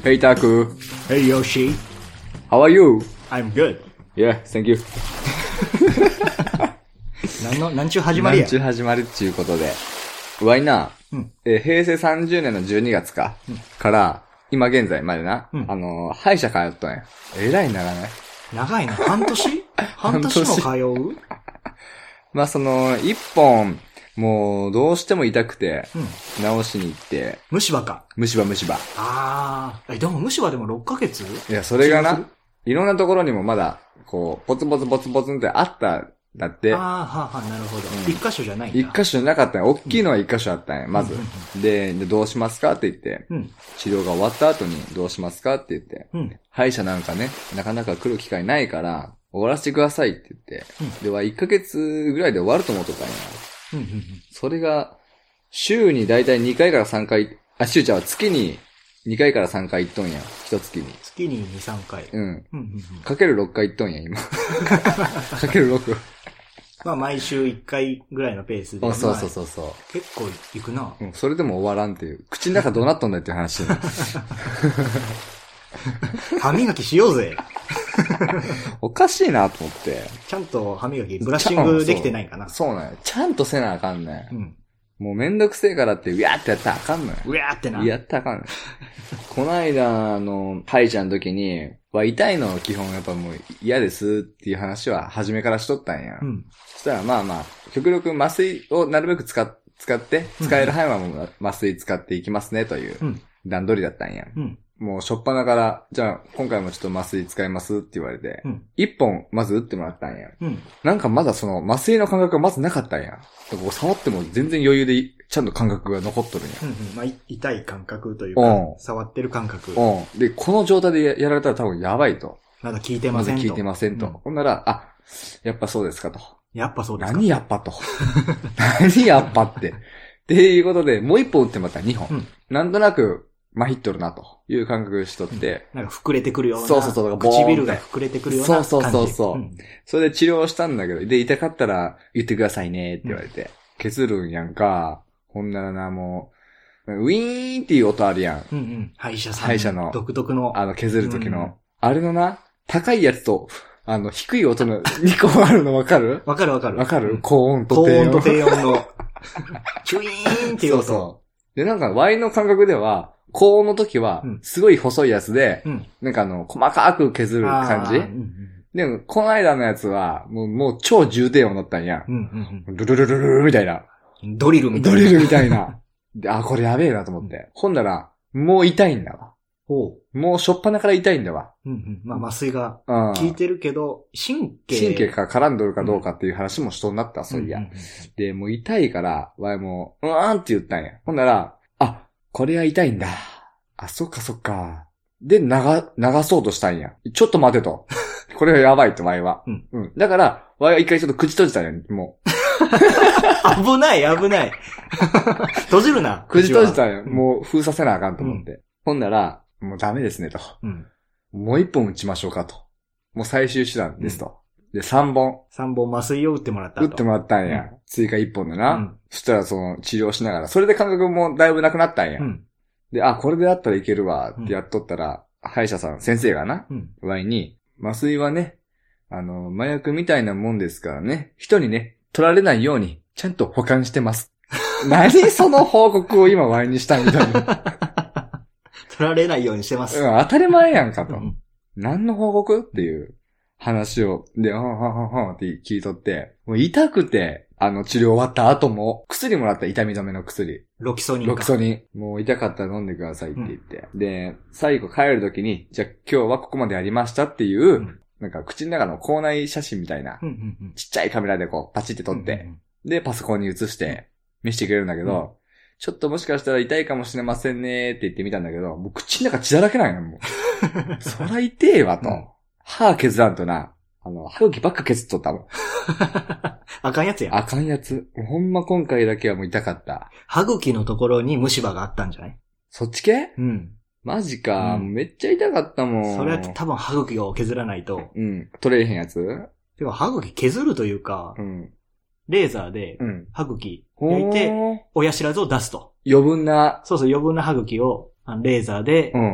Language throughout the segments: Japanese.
Hey Taku, Hey Yoshi, how are you? I'm good. Yeah, thank you. なんちゅう始まりや。 なんちゅう始まりっていうことで。わいな、平成30年の12月か、から、今現在までな、歯医者通ったんや。えらい長ない？ 長いな。半年半年も通う？ まあ一本、もうどうしても痛くて、直しに行って。 虫歯か。 虫歯。 でも虫歯でも6ヶ月？ いや、それがな、いろんなところにもまだ、こう、ポツポツってあっただって。 なるほど。一箇所じゃないんだ。 一箇所じゃなかったんや。大きいのは一箇所あったんや、まず。で、どうしますかって言って、治療が終わった後にどうしますかって言って、歯医者なんかね、なかなか来る機会ないから、終わらせてくださいって言って、では1ヶ月ぐらいで終わると思っとったんや。それが、週にだいたい2回から3回、月に2回から3回行っとんや。一月に。 月に2、3回。 かける6回行っとんや、今。かける6。 まあ毎週1回ぐらいのペースで。 そう。 結構行くな。 それでも終わらんっていう。口の中どうなっとんだっていう話。 歯磨きしようぜ。 おかしいなと思って。 ちゃんと歯磨き、ブラッシングできてないかな。 そうなんや。ちゃんとせなあかんね。もうめんどくせえからって、うわーってやったらあかんのよ。 うわーってな。 やったらあかんのよ。この間、歯医者の時に、痛いの基本やっぱもう嫌ですっていう話は初めからしとったんや。そしたらまあ、極力麻酔をなるべく使って、使える範囲はもう麻酔使っていきますねという段取りだったんや。もうしょっぱなから、じゃあ今回もちょっと麻酔使いますって言われて、一本まず打ってもらったんや。なんかまだその麻酔の感覚がまずなかったんや。こう触っても全然余裕でちゃんと感覚が残っとるんや。 痛い感覚というか、触ってる感覚。 で、この状態でやられたら多分やばいと。 まだ聞いてませんと。 ほんなら、やっぱそうですかと。 やっぱそうですか。 何やっぱと。何やっぱって。っていうことで、もう一本打ってもらったら2本。なんとなく、麻痺っとるなという感覚しとって。 なんか膨れてくるような。 そう。 唇が膨れてくるような感じ。 そう。それで治療したんだけど、で、痛かったら言ってくださいねって言われて。削るんやんか。ほんならな、もう、ウィーンっていう音あるやん。 歯医者の独特の。 削る時の。あれのな、高いやつと、低い音の2個あるのわかる？ わかる。 高音と低音。 高音と低音の。チュイーンっていう音。 そう。で、なんか、ワイの感覚では、高音の時は、すごい細いやつで、なんか細かく削る感じ。でも、この間のやつは、もう超重低音だったんや。ルルルルルみたいな。 ドリルみたいな。 で、これやべえなと思って。ほんなら、もう痛いんだわ。もうしょっぱなから痛いんだわ。 まあ麻酔が効いてるけど、神経が絡んどるかどうかっていう話もしとんなった、そういや。で、もう痛いから、わいもって言ったんや。ほんなら、これは痛いんだ。そっか。で、流そうとしたんや。ちょっと待てと。これはやばいと、わいは。だから、わいは一回ちょっと口閉じたんや、もう。 危ない。閉じるな。 口閉じたんや。もう封させなあかんと思って。ほんなら、もうダメですねと。もう一本打ちましょうかと。もう最終手段ですと。で、3本麻酔を打ってもらったと。 打ってもらったんや。追加1本でな。そしたらその治療しながら、それで感覚もだいぶなくなったんや。で、これであったらいけるわってやっとったら、歯医者さん、先生がな、ワイに、麻酔はね、麻薬みたいなもんですからね、人にね、取られないように、ちゃんと保管してます。何その報告を今ワイにしたみたいな。 取られないようにしてます。 当たり前やんかと。何の報告っていう話を、で、って聞いとって、もう痛くて、治療終わった後も、薬もらった痛み止めの薬。 ロキソニン。もう痛かったら飲んでくださいって言って。で、最後帰るときに、じゃあ今日はここまでやりましたっていう、なんか口の中の口内写真みたいな、ちっちゃいカメラでこうパチって撮って、で、パソコンに移して見せてくれるんだけど、ちょっともしかしたら痛いかもしれませんねって言ってみたんだけど、もう口の中血だらけなんや、もう。そら痛えわと。歯削らんとな、歯茎ばっか削っとったもん。 あかんやつや。 あかんやつ。ほんま今回だけはもう痛かった。 歯茎のところに虫歯があったんじゃない？ そっち系？マジか、めっちゃ痛かったもん。 それは多分歯茎を削らないと。 取れへんやつ？ てか歯茎削るというか、レーザーで歯茎焼いて、親知らずを出すと。 余分な。 そう余分な歯茎をレーザーで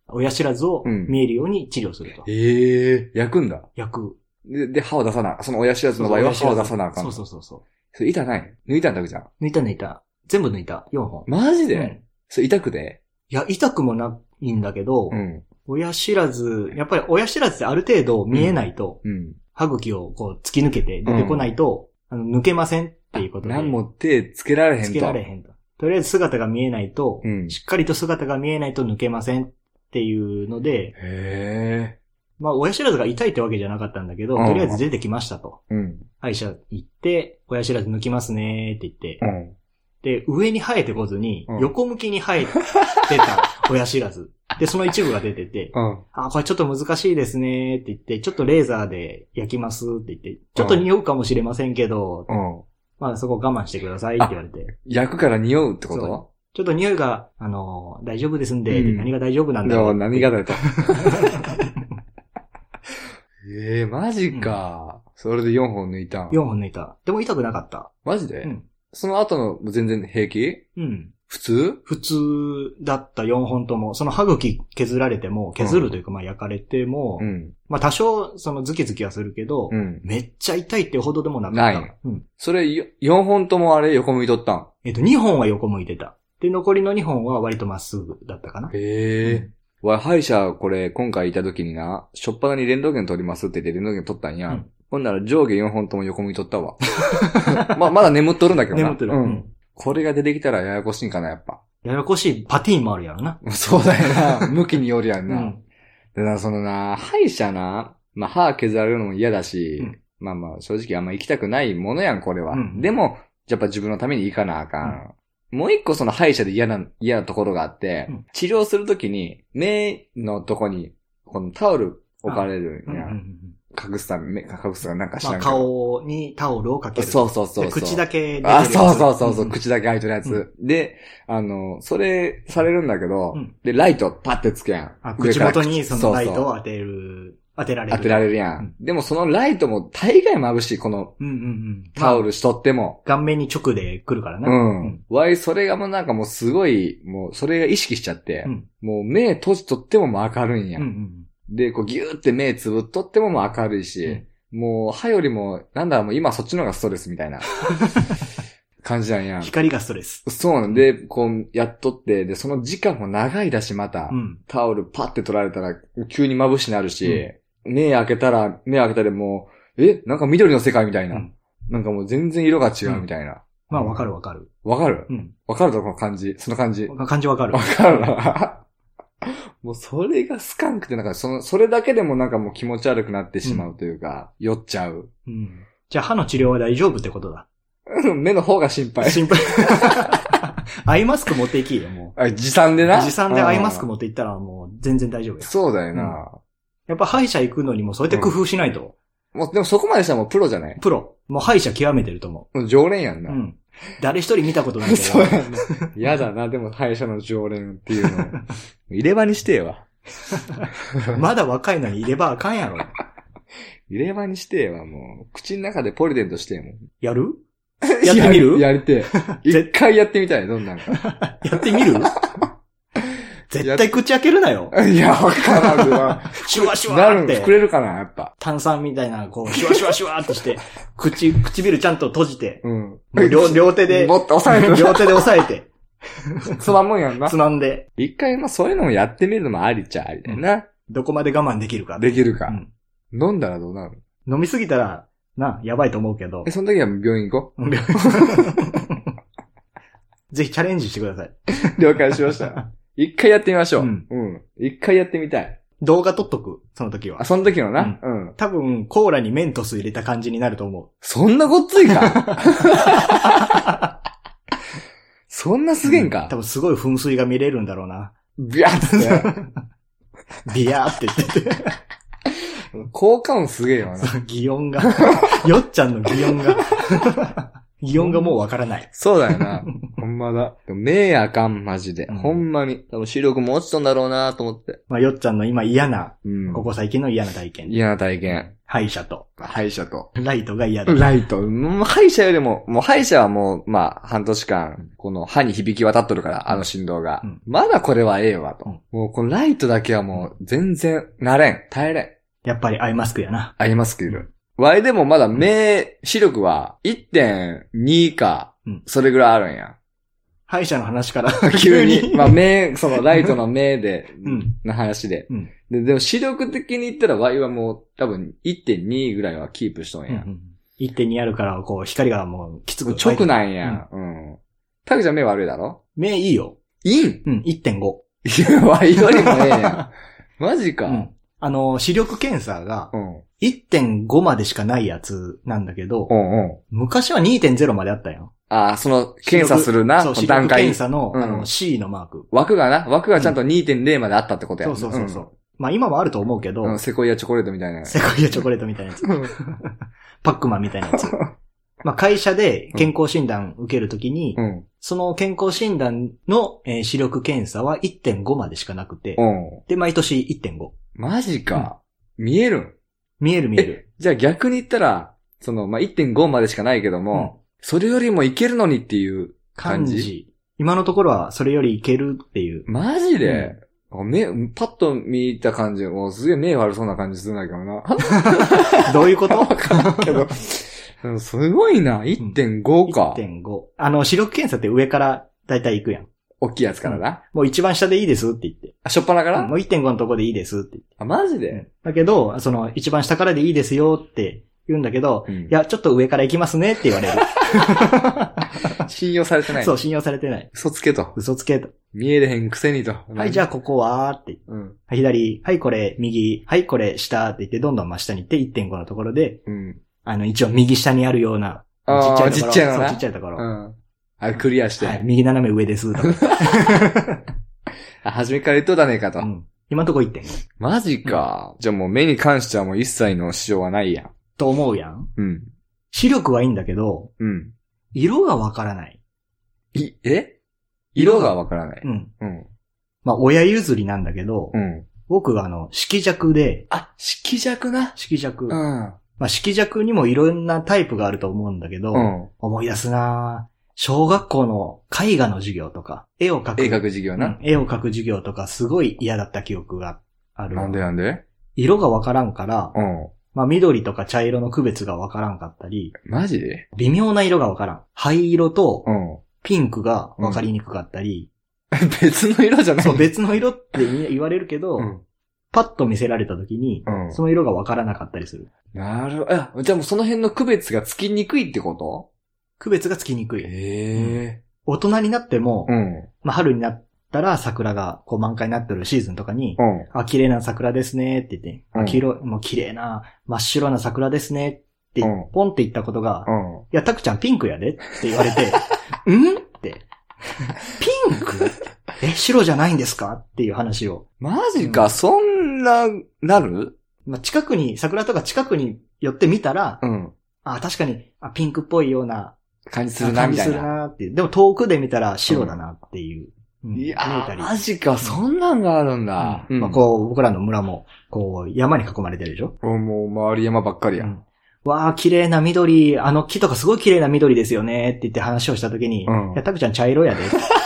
親知らずを見えるように治療すると。 焼くんだ。 焼く。 で、歯を出さな、その親知らずの場合は歯を出さなあかん。 そう。それ痛ない？抜いたんだけじゃん。 抜いた。全部抜いた。4本。 マジで？それ痛くて？ いや、痛くもないんだけど、親知らず、やっぱり親知らずってある程度見えないと、歯茎をこう突き抜けて出てこないと、抜けませんっていうことで。 何も手つけられへんと。 つけられへんと。とりあえず姿が見えないと、しっかりと姿が見えないと抜けませんっていうので、まあ、親知らずが痛いってわけじゃなかったんだけど、とりあえず出てきましたと。歯医者行って、親知らず抜きますねって言って、で、上に生えてこずに、横向きに生えてた親知らず。で、その一部が出てて、これちょっと難しいですねって言って、ちょっとレーザーで焼きますって言って、ちょっと匂うかもしれませんけど、まあそこ我慢してくださいって言われて。 焼くから匂うってこと？ ちょっと匂いが、大丈夫ですんで、何が大丈夫なんだろう。 何がだよと。マジか。それで4本抜いた。 4本抜いた。でも痛くなかった。 マジで？その後の全然平気？普通だった4本とも、その歯茎削られても、削るというかまあ焼かれても、まあ多少そのズキズキはするけど、めっちゃ痛いってほどでもなかった。ない。 それ4本ともあれ横向いとったん ？2本は横向いてた。で、残りの2本は割とまっすぐだったかな。 歯医者これ今回いた時にな、しょっぱなにレントゲン取りますって言ってレントゲン取ったんや。ほんなら上下4本とも横向いとったわ。まだ眠っとるんだけどな。 眠っとる。 これが出てきたらややこしいんかな、やっぱ。 ややこしいパティーンもあるやろな。 そうだよな。向きによるやんな。でな、そのな、歯医者な、まあ歯削られるのも嫌だし、まあ正直あんま行きたくないものやん、これは。でも、やっぱ自分のために行かなあかん。もう一個その歯医者で嫌なところがあって、治療するときに、目のとこに、このタオル置かれるんや。隠すかなんか知らんけど。 顔にタオルをかける。 そう。 口だけ出てるやつ。そう、口だけ開いてるやつ。で、それされるんだけど、で、ライトパッてつけやん。 口元にそのライトを当てられるやん。でもそのライトも大概眩しい、この、タオルしとっても。 顔面に直で来るからね。 それがもうなんかもうすごい、もうそれが意識しちゃって、もう目閉じとってももう明るいんや。で、こうギューって目つぶっとってももう明るいし、もう歯よりも、もう今そっちの方がストレスみたいな感じなんや。 光がストレス。 そうなんで、こうやっとって、で、その時間も長いだしまた、タオルパッて取られたら急に眩しになるし、目開けたでもう、なんか緑の世界みたいな。なんかもう全然色が違うみたいな。 まあわかる。 わかる？わかるとこの感じ。その感じ。 感じわかる。 わかるな。もうそれがスカンクってなんかそれだけでもなんかもう気持ち悪くなってしまうというか、酔っちゃう。 じゃあ歯の治療は大丈夫ってことだ。 目の方が心配。 アイマスク持っていきよ、もう。 持参でな。 持参でアイマスク持っていったらもう全然大丈夫や。 そうだよな。 やっぱ歯医者行くのにもそうやって工夫しないと。 もうでもそこまでしたらもうプロじゃない？ プロ。もう歯医者極めてると思う。常連やんな。 誰一人見たことないけど。 そうやんな。嫌だな、でも歯医者の常連っていうの。入れ歯にしてえわ。 まだ若いのに入れ歯あかんやろ。 入れ歯にしてえわ、もう。口の中でポリデントしてえもん。 やる？やってみる？ やりてえ。一回やってみたい、どんなんか。 やってみる？絶対口開けるなよ。 いや、わからんわ。 シュワシュワって。 膨れるかな、やっぱ。 炭酸みたいな、こう、シュワシュワシュワってして、唇ちゃんと閉じて。 もう両手で。 もっと押さえて。 両手で押さえて。 つまむんやんな。 つまんで。 一回、そういうのもやってみるのもありっちゃありだよな。 どこまで我慢できるか。 できるか。飲んだらどうなる？ 飲みすぎたら、やばいと思うけど。 その時は病院行こう。 ぜひチャレンジしてください。 了解しました。一回やってみましょう。一回やってみたい。 動画撮っとく、その時は。 その時のな。 多分、コーラにメントス入れた感じになると思う。 そんなごっついかそんなすげんか、 多分すごい噴水が見れるんだろうな。 ビャーって。 ビヤーって言ってて。 効果音すげえよな。 擬音が。よっちゃんの擬音が。擬音がもうわからない。 そうだよな。ほんまだ。目あかん、マジで。ほんまに。多分視力も落ちとんだろうなと思って。 よっちゃんの今嫌な、ここ最近の嫌な体験。 嫌な体験。 歯医者と。 歯医者と。 ライトが嫌だ。 ライト。歯医者よりも、もう歯医者はもう、まあ、半年間、この歯に響き渡っとるから、あの振動が。まだこれはええわと。もうこのライトだけはもう、全然、慣れん。耐えれん。 やっぱりアイマスクやな。 アイマスクいる。ワイでもまだ視力は 1.2 か、それぐらいあるんや。 歯医者の話から急に。まあそのライトの目で、の話で。でも視力的に言ったらワイはもう多分 1.2 ぐらいはキープしとんや。 1.2 あるから、こう、光がもうきつく。 直なんや。タクちゃん目悪いだろ？ 目いいよ。 いいん 1.5。 いや、ワイよりもええやん。マジか。 視力検査が、1.5 までしかないやつなんだけど、昔は 2.0 まであったよ。 ああ、その、検査するな、 視力検査の、C のマーク。 枠がちゃんと 2.0 まであったってことや。 そう。まあ今もあると思うけど、 セコイアチョコレートみたいな。 セコイアチョコレートみたいなやつ。パックマンみたいなやつ。まあ会社で健康診断受けるときに、その健康診断の視力検査は 1.5 までしかなくて、で、毎年 1.5。 マジか。見える？ 見える。 じゃあ逆に言ったら、その、まあ、1.5 までしかないけども、それよりもいけるのにっていう感じ。 今のところはそれよりいけるっていう。 マジで、パッと見た感じ、もうすげえ目悪そうな感じするんだけどな。 どういうこと？ わかんないけど。すごいな、1.5 か。 1.5。視力検査って上からだいたい行くやん。 大きいやつからな。 もう一番下でいいですって言って。 しょっぱなから？ もう 1.5 のとこでいいですって言って。 マジで？ だけど、その一番下からでいいですよって言うんだけど、いや、ちょっと上から行きますねって言われる。 信用されてない。 そう、信用されてない。 嘘つけと。見えれへんくせにと。 はい、じゃあここはって。左、はい、これ右、はい、これ下って言って、どんどん真下に行って 1.5 のところで、一応右下にあるような、ちっちゃいところ。 ちっちゃいのな。 ちっちゃいところ。 クリアして。 はい、右斜め上ですとか。 初めから言っとだねえかと。 今のとこ1.5。 マジか。じゃあもう目に関してはもう一切の支障はないやん。 と思うやん。視力はいいんだけど、色がわからない。 色がわからない。 まあ、親譲りなんだけど、僕が色弱で。 色弱な。 色弱。まあ、色弱にもいろんなタイプがあると思うんだけど、思い出すなぁ。小学校の絵画の授業とか、絵を描く授業な。 絵を描く授業とかすごい嫌だった記憶がある。 なんで色がわからんから、まあ緑とか茶色の区別がわからんかったり。 マジで？ 微妙な色がわからん。灰色とピンクがわかりにくかったり。 別の色じゃない？ そう、別の色って言われるけど、パッと見せられた時に、その色がわからなかったりする。 なるほど。じゃあもうその辺の区別がつきにくいってこと？ 区別がつきにくい。大人になっても、まあ春になったら桜がこう満開になってるシーズンとかに、綺麗な桜ですねって言って、もう綺麗な真っ白な桜ですねって、ポンって言ったことが、いや、タクちゃんピンクやでって言われて、んって、ピンク？白じゃないんですかっていう話を。 マジか、そんな、なる？ まあ、桜とか近くに寄ってみたら、確かに、ピンクっぽいような、 感じするな、みたいな。 感じするなっていう。でも遠くで見たら白だなっていう。 いやー、マジか、そんなんがあるんだ。 まあ、こう、僕らの村も、こう、山に囲まれてるでしょ？ もう、周り山ばっかりや。 わー、綺麗な緑、木とかすごい綺麗な緑ですよねって言って話をしたときに、いや、タクちゃん茶色やで。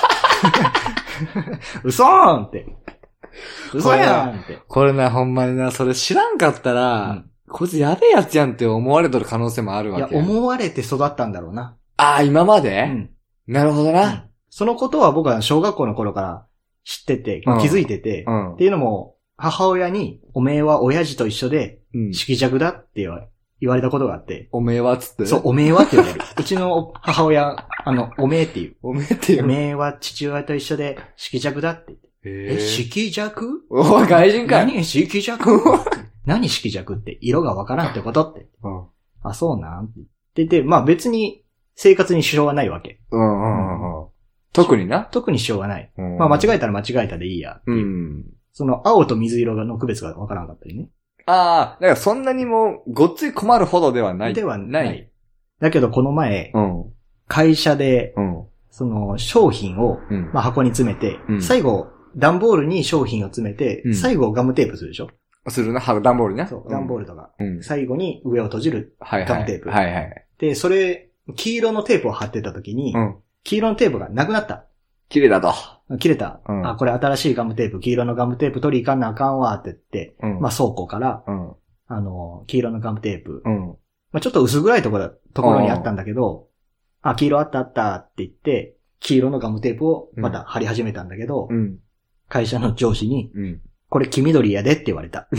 嘘ーんって。嘘やんって。 これな、ほんまにな、それ知らんかったら、こいつやべえやつやんって思われとる可能性もあるわけ。 いや、思われて育ったんだろうな。 今まで？なるほどな。 そのことは僕は小学校の頃から知ってて、気づいてて、っていうのも、母親に、おめえは親父と一緒で、色弱だって言われたことがあって。 おめえはつって？ そう、おめえはって言われる。うちの母親、おめえっていう。 おめえっていう。 おめえは父親と一緒で色弱だって言って。色弱？ おい、外人かい。 何色弱？何色弱って、色がわからんってことって。そうなんって言って、まあ別に生活に支障はないわけ。 特にな。 特に支障はない。まあ間違えたら間違えたでいいやっていう。その青と水色の区別がわからんかったりね。 だからそんなにもごっつい困るほどではない。 ではない。だけどこの前、会社で、その商品を、まあ箱に詰めて、最後、段ボールに商品を詰めて、最後ガムテープするでしょ？ するな、段ボールね。 そう、段ボールとか。最後に上を閉じるガムテープ。 はいはい。 で、それ、黄色のテープを貼ってた時に、黄色のテープがなくなった。 切れたと。 切れた。あ、これ新しいガムテープ、黄色のガムテープ取り行かなあかんわって言って、まあ倉庫から、黄色のガムテープ。まあちょっと薄暗いところにあったんだけど、あ、黄色あったって言って、黄色のガムテープをまた貼り始めたんだけど、会社の上司に、これ黄緑やでって言われた。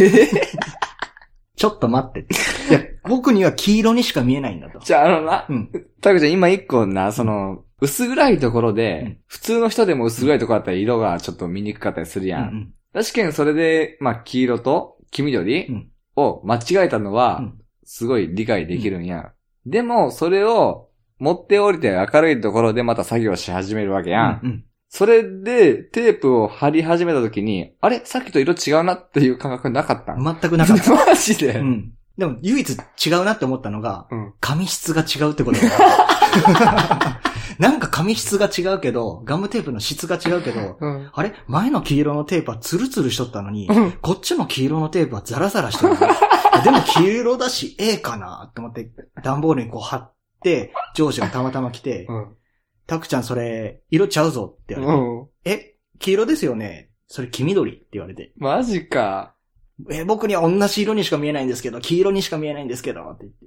ちょっと待って。いや、僕には黄色にしか見えないんだと。 じゃあタクちゃん今一個な、薄暗いところで、普通の人でも薄暗いところだったら色がちょっと見にくかったりするやん。確かにそれで、まあ黄色と黄緑を間違えたのは、すごい理解できるんや。でも、それを持って降りて明るいところでまた作業し始めるわけやん。それで、テープを貼り始めた時に、あれさっきと色違うなっていう感覚なかったん？ 全くなかった。 マジで？ でも、唯一違うなって思ったのが、紙質が違うってことだ。なんか紙質が違うけど、ガムテープの質が違うけど、あれ前の黄色のテープはツルツルしとったのに、こっちの黄色のテープはザラザラしてる。でも黄色だし、かなって思って、段ボールにこう貼って、上司がたまたま来て、タクちゃんそれ、色ちゃうぞって言われて、黄色ですよね？それ黄緑って言われて。 マジか。 僕には同じ色にしか見えないんですけど、黄色にしか見えないんですけど、って言って。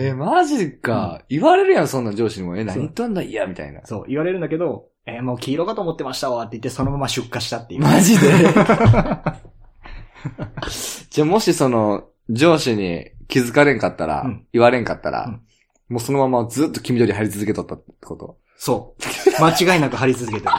マジか。言われるやん、そんな上司にも。何言ったんだいや、みたいな。 そう、言われるんだけど、もう黄色かと思ってましたわ、って言ってそのまま出荷したっていう。 マジでじゃあもし上司に気づかれんかったら、言われんかったら、もうそのままずっと黄緑貼り続けとったってこと？ そう。間違いなく貼り続けてる。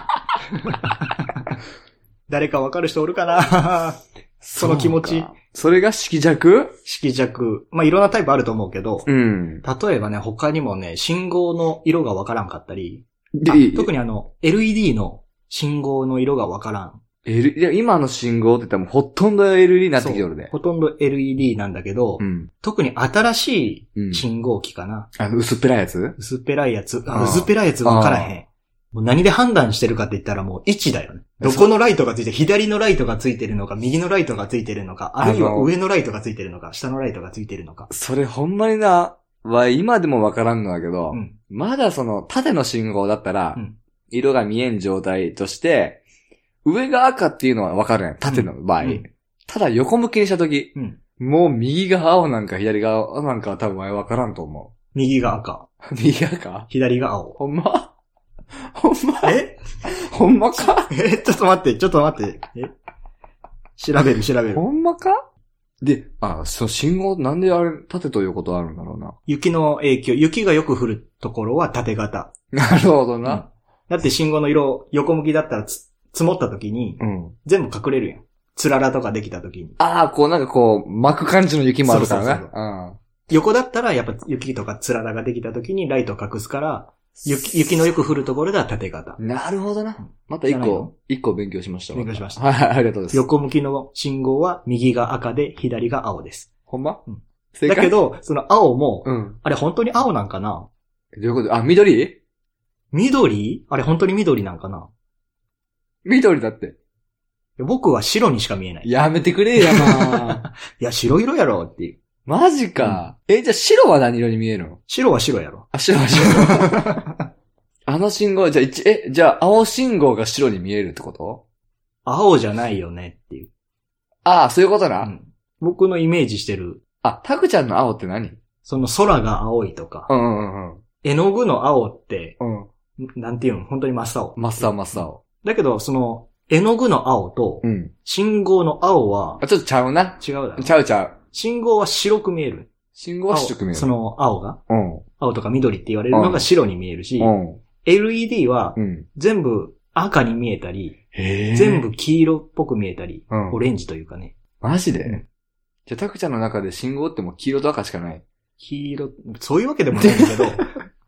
誰かわかる人おるかなその気持ち。 それが色弱？ 色弱。まあ、いろんなタイプあると思うけど、例えばね、他にもね、信号の色がわからんかったり、特にLED の信号の色がわからん。 今の信号って言ったらほとんど LED になってきてるね。 ほとんど LED なんだけど、特に新しい信号機かな。 薄っぺらいやつ？ 薄っぺらいやつ。薄っぺらいやつわからへん。もう何で判断してるかって言ったらもう位置だよね。どこのライトがついて、左のライトがついてるのか、右のライトがついてるのか、あるいは上のライトがついてるのか、下のライトがついてるのか。 それほんまに今でもわからんのだけど、まだ縦の信号だったら、色が見えん状態として、上が赤っていうのはわかるやん。縦の場合。ただ横向きにしたとき、もう右が青なんか左が青なんかは多分わからんと思う。 右が赤。 右が赤？ 左が青。 ほんまほんまか？ ちょっと待って。調べる。 ほんまか？で、信号なんで縦と横とあるんだろうな。 雪の影響、雪がよく降るところは縦型。 なるほどな。 だって信号の色、横向きだったら積もった時に、全部隠れるやん。つららとかできた時に。 巻く感じの雪もあるからね。 横だったらやっぱ雪とかつららができた時にライト隠すから、雪のよく降るところでは縦型。 なるほどな。また一個勉強しましたわ。 勉強しました。 はい、ありがとうございます。 横向きの信号は右が赤で左が青です。 ほんま？ だけど、その青も、あれ本当に青なんかな？ どういうこと？緑？ 緑？あれ本当に緑なんかな？ 緑だって。 僕は白にしか見えない。 やめてくれやな。 いや、白色やろっていう。 マジか。じゃあ白は何色に見えるの？ 白は白やろ。 白は白。信号、じゃあ青信号が白に見えるってこと？ 青じゃないよねっていう。 そういうことな。 僕のイメージしてる。 タクちゃんの青って何？ その空が青いとか。絵の具の青って、なんていうの？本当に真っ青。 真っ青。 だけど、その、絵の具の青と、信号の青は、 ちょっとちゃうな。 違うだろ。 ちゃう。 信号は白く見える。 信号は白く見える。 その青が、青とか緑って言われるのが白に見えるし、LED は、全部赤に見えたり、全部黄色っぽく見えたり、オレンジというかね。 マジで？じゃあ、タクちゃんの中で信号ってもう黄色と赤しかない？ 黄色、そういうわけでもないんだけど、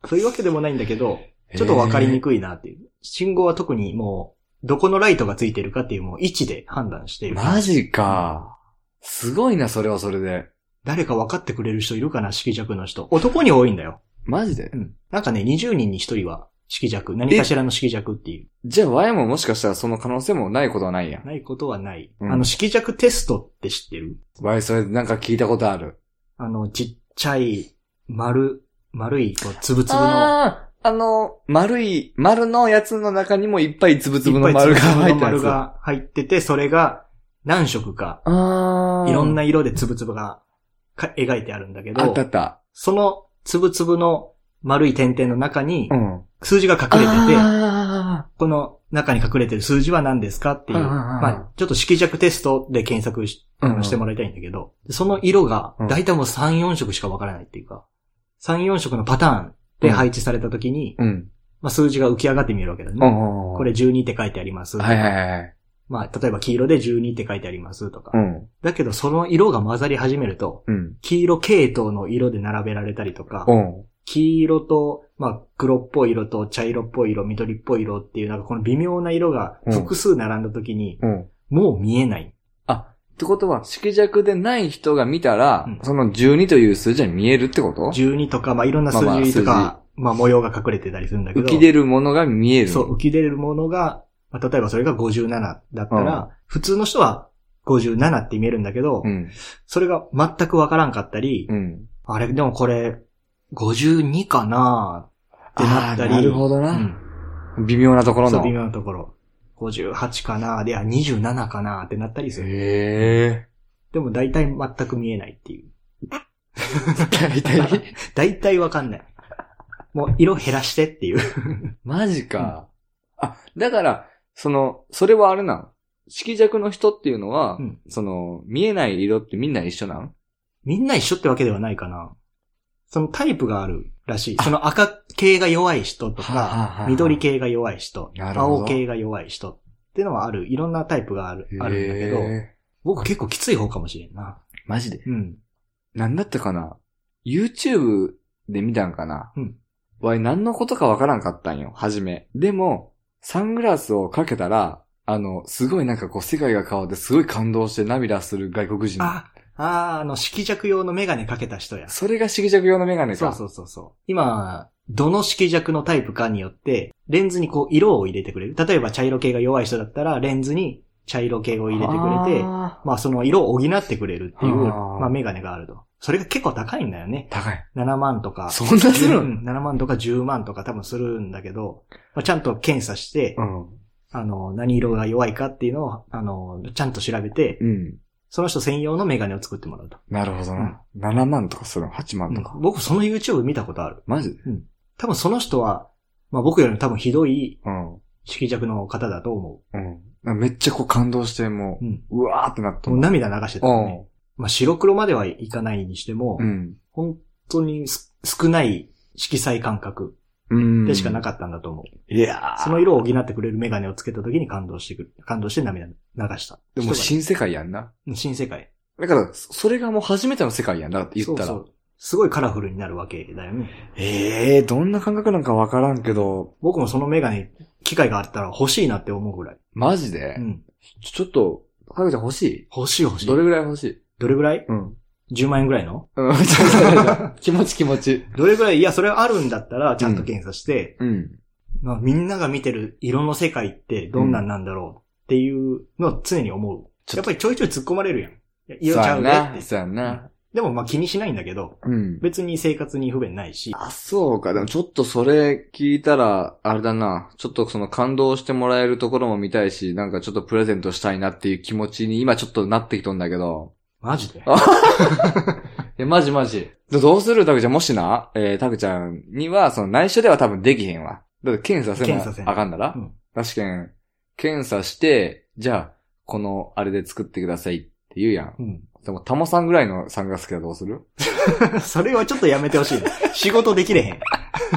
ちょっとわかりにくいなっていう。信号は特にもう、どこのライトがついてるかっていうもう位置で判断している。 マジか。すごいな、それはそれで。 誰か分かってくれる人いるかな、色弱の人。男に多いんだよ。 マジで？ なんかね、20人に1人は色弱。何かしらの色弱っていう。 じゃあ、Y ももしかしたらその可能性もないことはないやん。 ないことはない。色弱テストって知ってる？ Y、それなんか聞いたことある。 ちっちゃい、丸い、つぶつぶの。 丸のやつの中にもいっぱいつぶつぶの丸が入ってる。 丸が入ってて、それが何色か、いろんな色でつぶつぶが描いてあるんだけど、 あった。そのつぶつぶの丸い点々の中に、数字が隠れてて、この中に隠れてる数字は何ですかっていう、ちょっと色弱テストで検索してもらいたいんだけど、その色が、だいたいもう3、4色しかわからないっていうか、3、4色のパターンで配置されたときに、数字が浮き上がって見えるわけだね。これ12って書いてありますとか。例えば黄色で12って書いてありますとか。だけどその色が混ざり始めると、黄色系統の色で並べられたりとか、黄色と、黒っぽい色と茶色っぽい色、緑っぽい色っていう、なんかこの微妙な色が複数並んだときに、もう見えない。 ってことは、色弱でない人が見たら、その12という数字は見えるってこと？ 12 とか、いろんな数字とか、模様が隠れてたりするんだけど。 浮き出るものが見える。 そう、浮き出るものが、例えばそれが57だったら、普通の人は57って見えるんだけど、それが全くわからんかったり、あれ、でもこれ、52かなってなったり。 なるほどな。微妙なところの。 そう、微妙なところ。58かなで、27かなってなったりする。でも大体全く見えないっていう。大体わかんない。もう色減らしてっていう。 マジか。だから、それはあれなの？色弱の人っていうのは、見えない色ってみんな一緒なの？ みんな一緒ってわけではないかな。そのタイプがあるらしい。その赤系が弱い人とか、緑系が弱い人、青系が弱い人っていうのはある。いろんなタイプがあるんだけど、僕結構きつい方かもしれんな。 マジで？なんだったかな？ YouTube で見たんかな？何のことかわからんかったんよ、はじめ。でも、サングラスをかけたら、すごいなんか世界が変わってすごい感動して涙する外国人。 色弱用のメガネかけた人や。 それが色弱用のメガネか。 そう。今、どの色弱のタイプかによって、レンズに色を入れてくれる。例えば茶色系が弱い人だったら、レンズに茶色系を入れてくれて、その色を補ってくれるっていう、メガネがあると。それが結構高いんだよね。 高い。 7万とか。 そんなするん？ 7 万とか10万とか多分するんだけど、ちゃんと検査して、何色が弱いかっていうのを、ちゃんと調べて、その人専用のメガネを作ってもらうと。 なるほどな。7万とかするの ?8 万とか。 僕その YouTube 見たことある。 マジで？ 多分その人は、僕よりも多分ひどい、色弱の方だと思う。めっちゃ感動して、もう、うわーってなった。 もう涙流してたね。白黒まではいかないにしても、本当に少ない色彩感覚でしかなかったんだと思う。 いやー。 その色を補ってくれるメガネをつけた時に感動して涙流した。 でも新世界やんな。 新世界。 だから、それがもう初めての世界やんなって言ったら。そう。 すごいカラフルになるわけだよね。 どんな感覚なんかわからんけど。 僕もそのメガネ、機会があったら欲しいなって思うぐらい。 マジで？ちょっと、かぐちゃん欲しい？ 欲しい。 どれぐらい欲しい？ どれぐらい？10万円ぐらいの？ 気持ち。 どれぐらい？いや、それあるんだったら、ちゃんと検査して、みんなが見てる色の世界ってどんなんなんだろうっていうのを常に思う。やっぱりちょいちょい突っ込まれるやん。色ちゃうねって。 そうやな。 でも気にしないんだけど、別に生活に不便ないし。 そうか。でもちょっとそれ聞いたら、あれだな。ちょっと感動してもらえるところも見たいし、なんかちょっとプレゼントしたいなっていう気持ちに今ちょっとなってきとんだけど。 マジで？ マジ。どうするタクちゃん、もしな、タクちゃんには、内緒では多分できへんわ。だって検査せなあかんなら、確かに、検査して、じゃあ、このあれで作ってくださいって言うやん。でも、タモさんぐらいのサングラスけどどうする？ それはちょっとやめてほしいね。仕事できれへん。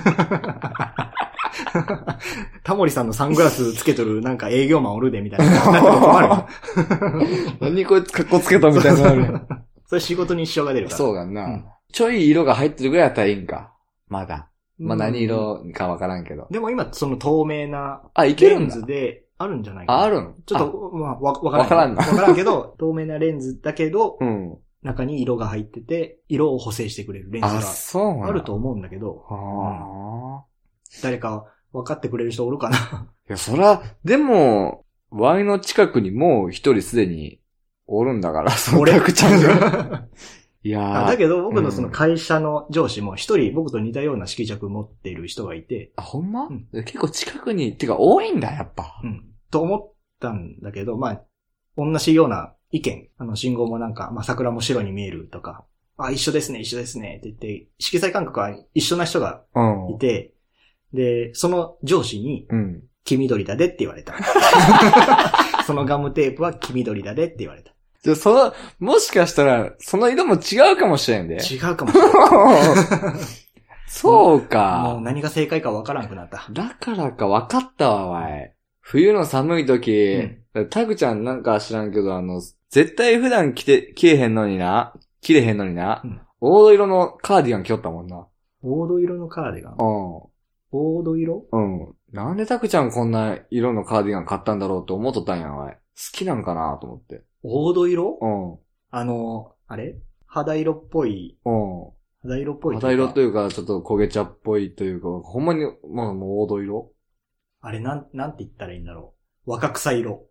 タモリさんのサングラスつけとるなんか営業マンおるでみたいな。なんか困るよ。 何こいつカッコつけたみたいなのある。 それ仕事に支障が出るから。 そうだな。ちょい色が入ってるぐらいだったらいいんか。まだ。何色かわからんけど。 でも今その透明なレンズであるんじゃないかな。 あるの？ ちょっと、わからん。わからんけど、透明なレンズだけど、中に色が入ってて、色を補正してくれるレンズがあると思うんだけど、誰か分かってくれる人おるかな。いや、そら、でも、ワイの近くにもう一人すでにおるんだから、そのタクちゃんが。いやー。 だけど僕のその会社の上司も一人僕と似たような色弱持っている人がいて。 あ、ほんま？結構近くに、てか多いんだ、やっぱ。 と思ったんだけど、まあ、同じような意見。信号もなんか、まあ桜も白に見えるとか、あ、一緒ですね、一緒ですね、って言って、色彩感覚は一緒な人がいて、で、その上司に、黄緑だでって言われた。そのガムテープは黄緑だでって言われた。 じゃ、もしかしたら、その色も違うかもしれんで。 違うかもしれない。 そうか。 もう何が正解かわからんくなった。 だからかわかったわ、わい。冬の寒い時、タクちゃんなんか知らんけど、絶対普段着れへんのにな、黄土色のカーディガン着よったもんな。 黄土色のカーディガン？黄土色？ なんでタクちゃんこんな色のカーディガン買ったんだろうって思っとったんや、わい。好きなんかなと思って。 黄土色？あれ？肌色っぽい。肌色っぽい。 肌色というか、ちょっと焦げ茶っぽいというか、ほんまに、まあもう黄土色？ あれ、なんて言ったらいいんだろう。若草色。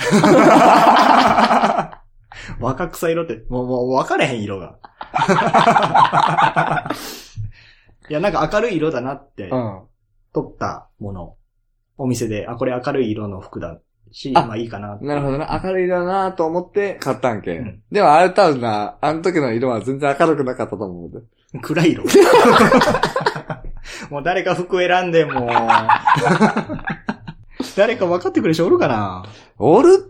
若草色って、もう分かれへん色が。いや、なんか明るい色だなって、撮ったもの。お店で、これ明るい色の服だし、まあいいかな。 なるほどな。明るい色だなと思って買ったんけ。でもあれ多分な、あの時の色は全然明るくなかったと思うで。 暗い色。もう誰か服選んでも誰か分かってくれる人おるかな？ おるって。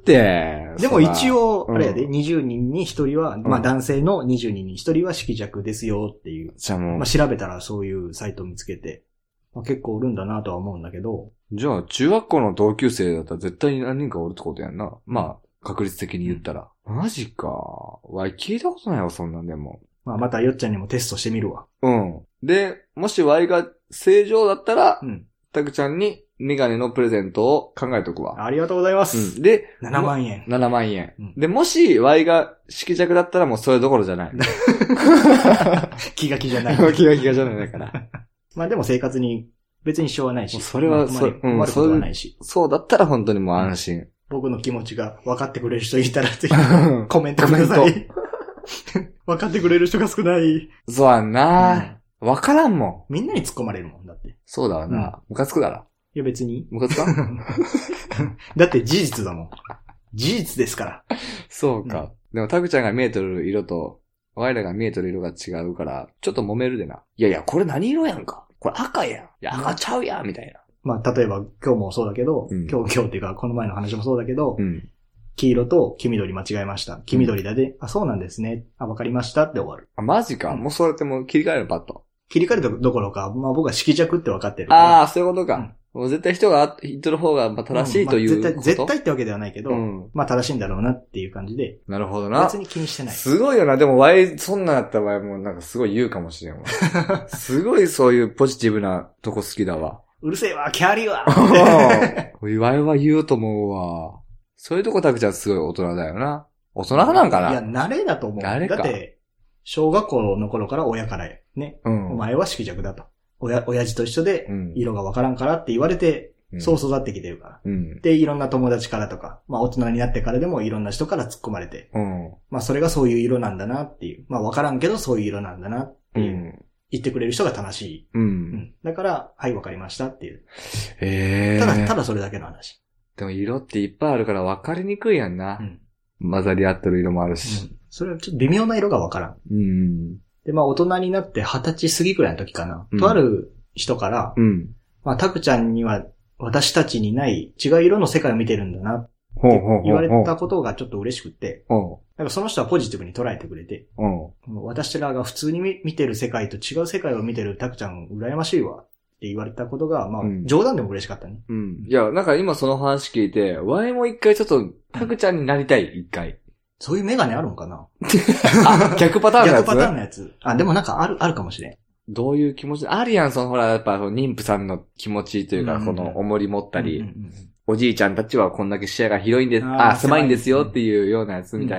でも一応、あれやで、20人に1人は、まあ男性の20人に1人は色弱ですよっていう。じゃあもう。まあ調べたらそういうサイトを見つけて、まあ、結構おるんだなとは思うんだけど。 じゃあ中学校の同級生だったら絶対に何人かおるってことやんな。まあ確率的に言ったら。マジか。わい、聞いたことないわ、そんなんでも。 まあまたよっちゃんにもテストしてみるわ。 で、もし Y が正常だったら、タクちゃんにメガネのプレゼントを考えとくわ。 ありがとうございます。 で、 7万円。 7万円。で、もし Y が色弱だったらもうそれどころじゃない。 気が気じゃない。 気が気じゃないから。 まあでも生活に別に支障はないし。 それは、 悪いことはないし。 そうだったら本当にもう安心。 僕の気持ちが分かってくれる人いたらぜひコメントください。分かってくれる人が少ない。 そうやんな。分からんもん。みんなに突っ込まれるもんだって。 そうだわな。ムカつくだろ。 いや別に。 ムカつかだって事実だもん。事実ですから。 そうか。でもタクちゃんが見えとる色と、我らが見えとる色が違うから、ちょっと揉めるでな。いやいや、これ何色やんか。これ赤やん。いや、赤ちゃうやん、みたいな。 まあ、例えば今日もそうだけど、今日っていうかこの前の話もそうだけど、黄色と黄緑間違えました。黄緑だで、そうなんですね。わかりましたって終わる。 マジか。もうそれってもう切り替えるパッと。 切り替えるどころか、まあ僕は色弱って分かってるから。 そういうことか。もう絶対人が言ってる方が正しいということ、 絶対ってわけではないけど、まあ正しいんだろうなっていう感じで。 なるほどな。 別に気にしてない。 すごいよな。でもそんなんやった場合もなんかすごい言うかもしれんわ。すごいそういうポジティブなとこ好きだわ。 うるせえわ、キャリーはワイは言うと思うわ。そういうとこタクちゃんすごい大人だよな。大人なんかな？ いや、慣れだと思う。 慣れか。 だって、小学校の頃から親からね、お前は色弱だと。親父と一緒で、色がわからんからって言われて、そう育ってきてるから。で、いろんな友達からとか、まあ大人になってからでもいろんな人から突っ込まれて、まあそれがそういう色なんだなっていう。まあわからんけどそういう色なんだなっていう。言ってくれる人が正しい。だから、はい、わかりましたっていう。ただそれだけの話。 でも色っていっぱいあるから分かりにくいやんな。混ざり合ってる色もあるし。 それはちょっと微妙な色がわからん。で、まあ大人になって20歳過ぎくらいの時かな。とある人から、まあタクちゃんには私たちにない違う色の世界を見てるんだなって言われたことがちょっと嬉しくって、なんかその人はポジティブに捉えてくれて、私らが普通に見てる世界と違う世界を見てるタクちゃん羨ましいわって言われたことが、まあ冗談でも嬉しかったね。 いや、なんか今その話聞いて、ワイも一回ちょっとタクちゃんになりたい、一回。 そういうメガネあるんかな逆パターンのやつ？ 逆パターンのやつ。でもなんかあるかもしれん。 どういう気持ちあるやん、ほら、やっぱ妊婦さんの気持ちというか、この重り持ったり、おじいちゃんたちはこんだけ視野が広いんです、狭いんですよっていうようなやつみたいな、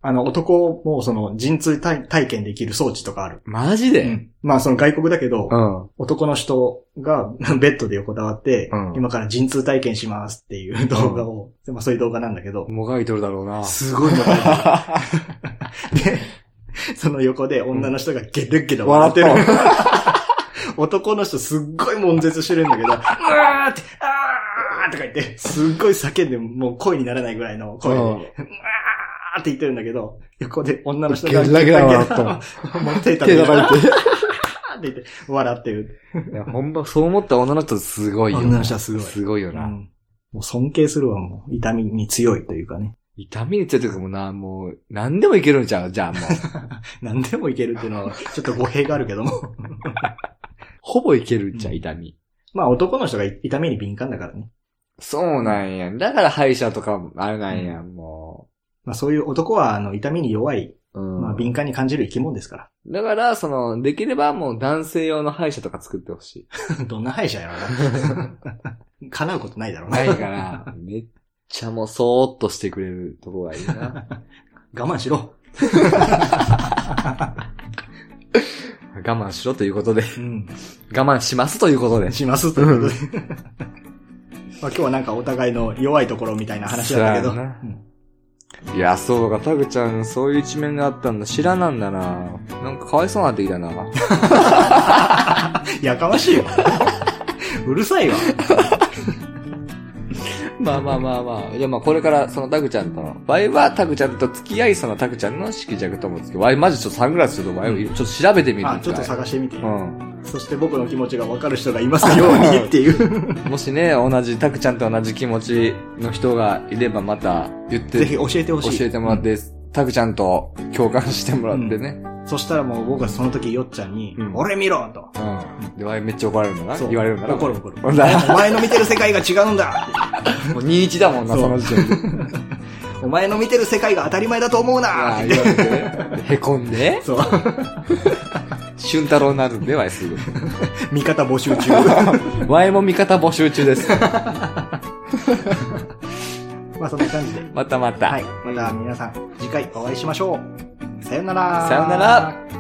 男も陣痛体験できる装置とかある。 マジで？ まあ外国だけど、男の人がベッドで横たわって、今から陣痛体験しますっていう動画を、まあそういう動画なんだけど。 もがいとるだろうな。 すごいもがいとる。で、その横で女の人がゲルゲル笑ってる。男の人すっごい悶絶してるんだけど、うわーって、あーとか言って、すっごい叫んでもう声にならないぐらいの声で、うわーって言ってるんだけど、横で女の人がゲラゲラ笑った。 もう手叩いて、って言って笑ってる。 いや、ほんまそう思った女の人すごいよ。 女の人はすごい。 すごいよな。 もう尊敬するわ、もう。痛みに強いというかね。 痛みに強いというかもう何でもいけるんちゃう？じゃあもう。 何でもいけるっていうのは、ちょっと語弊があるけども。 ほぼいけるんちゃう、痛み。 まあ男の人が痛みに敏感だからね。 そうなんや。だから歯医者とかあれなんや、もう。まあそういう男は痛みに弱い、まあ敏感に感じる生き物ですから。 だからできればもう男性用の歯医者とか作ってほしい。どんな歯医者やろな。叶うことないだろうな。ないから、めっちゃもうそーっとしてくれるとこがいいな。 我慢しろ。 我慢しろということで、我慢しますということで。 しますということで。まあ今日はなんかお互いの弱いところみたいな話だったけど。 いや、そうか、タグちゃん、そういう一面があったんだ。知らなんだな。なんかかわいそうになってきたな。 やかましいよ。うるさいわ。 まあ。じゃあまあこれからタグちゃんと、ワイはタグちゃんと付き合い、タグちゃんの色弱とも付き合い。ワイマジちょっとサングラスちょっとワイちょっと調べてみる。 ちょっと探してみて。そして僕の気持ちが分かる人がいますようにっていう。 もしね、タグちゃんと同じ気持ちの人がいればまた言って。 ぜひ教えてほしい。 教えてもらって、タグちゃんと共感してもらってね。 そしたらもう僕はその時よっちゃんに、俺見ろと。 で、ワイめっちゃ怒られるんだな。言われるんだな。 怒る。お前の見てる世界が違うんだもう2-1だもんな、その時点で。 お前の見てる世界が当たり前だと思うなって言われて。へこんで。 そう。 俊太郎になるんで、ワイすぐ。 味方募集中。 ワイも味方募集中です。 まあそんな感じで。 また。 はい。また皆さん、次回お会いしましょう。さよなら。 さよなら。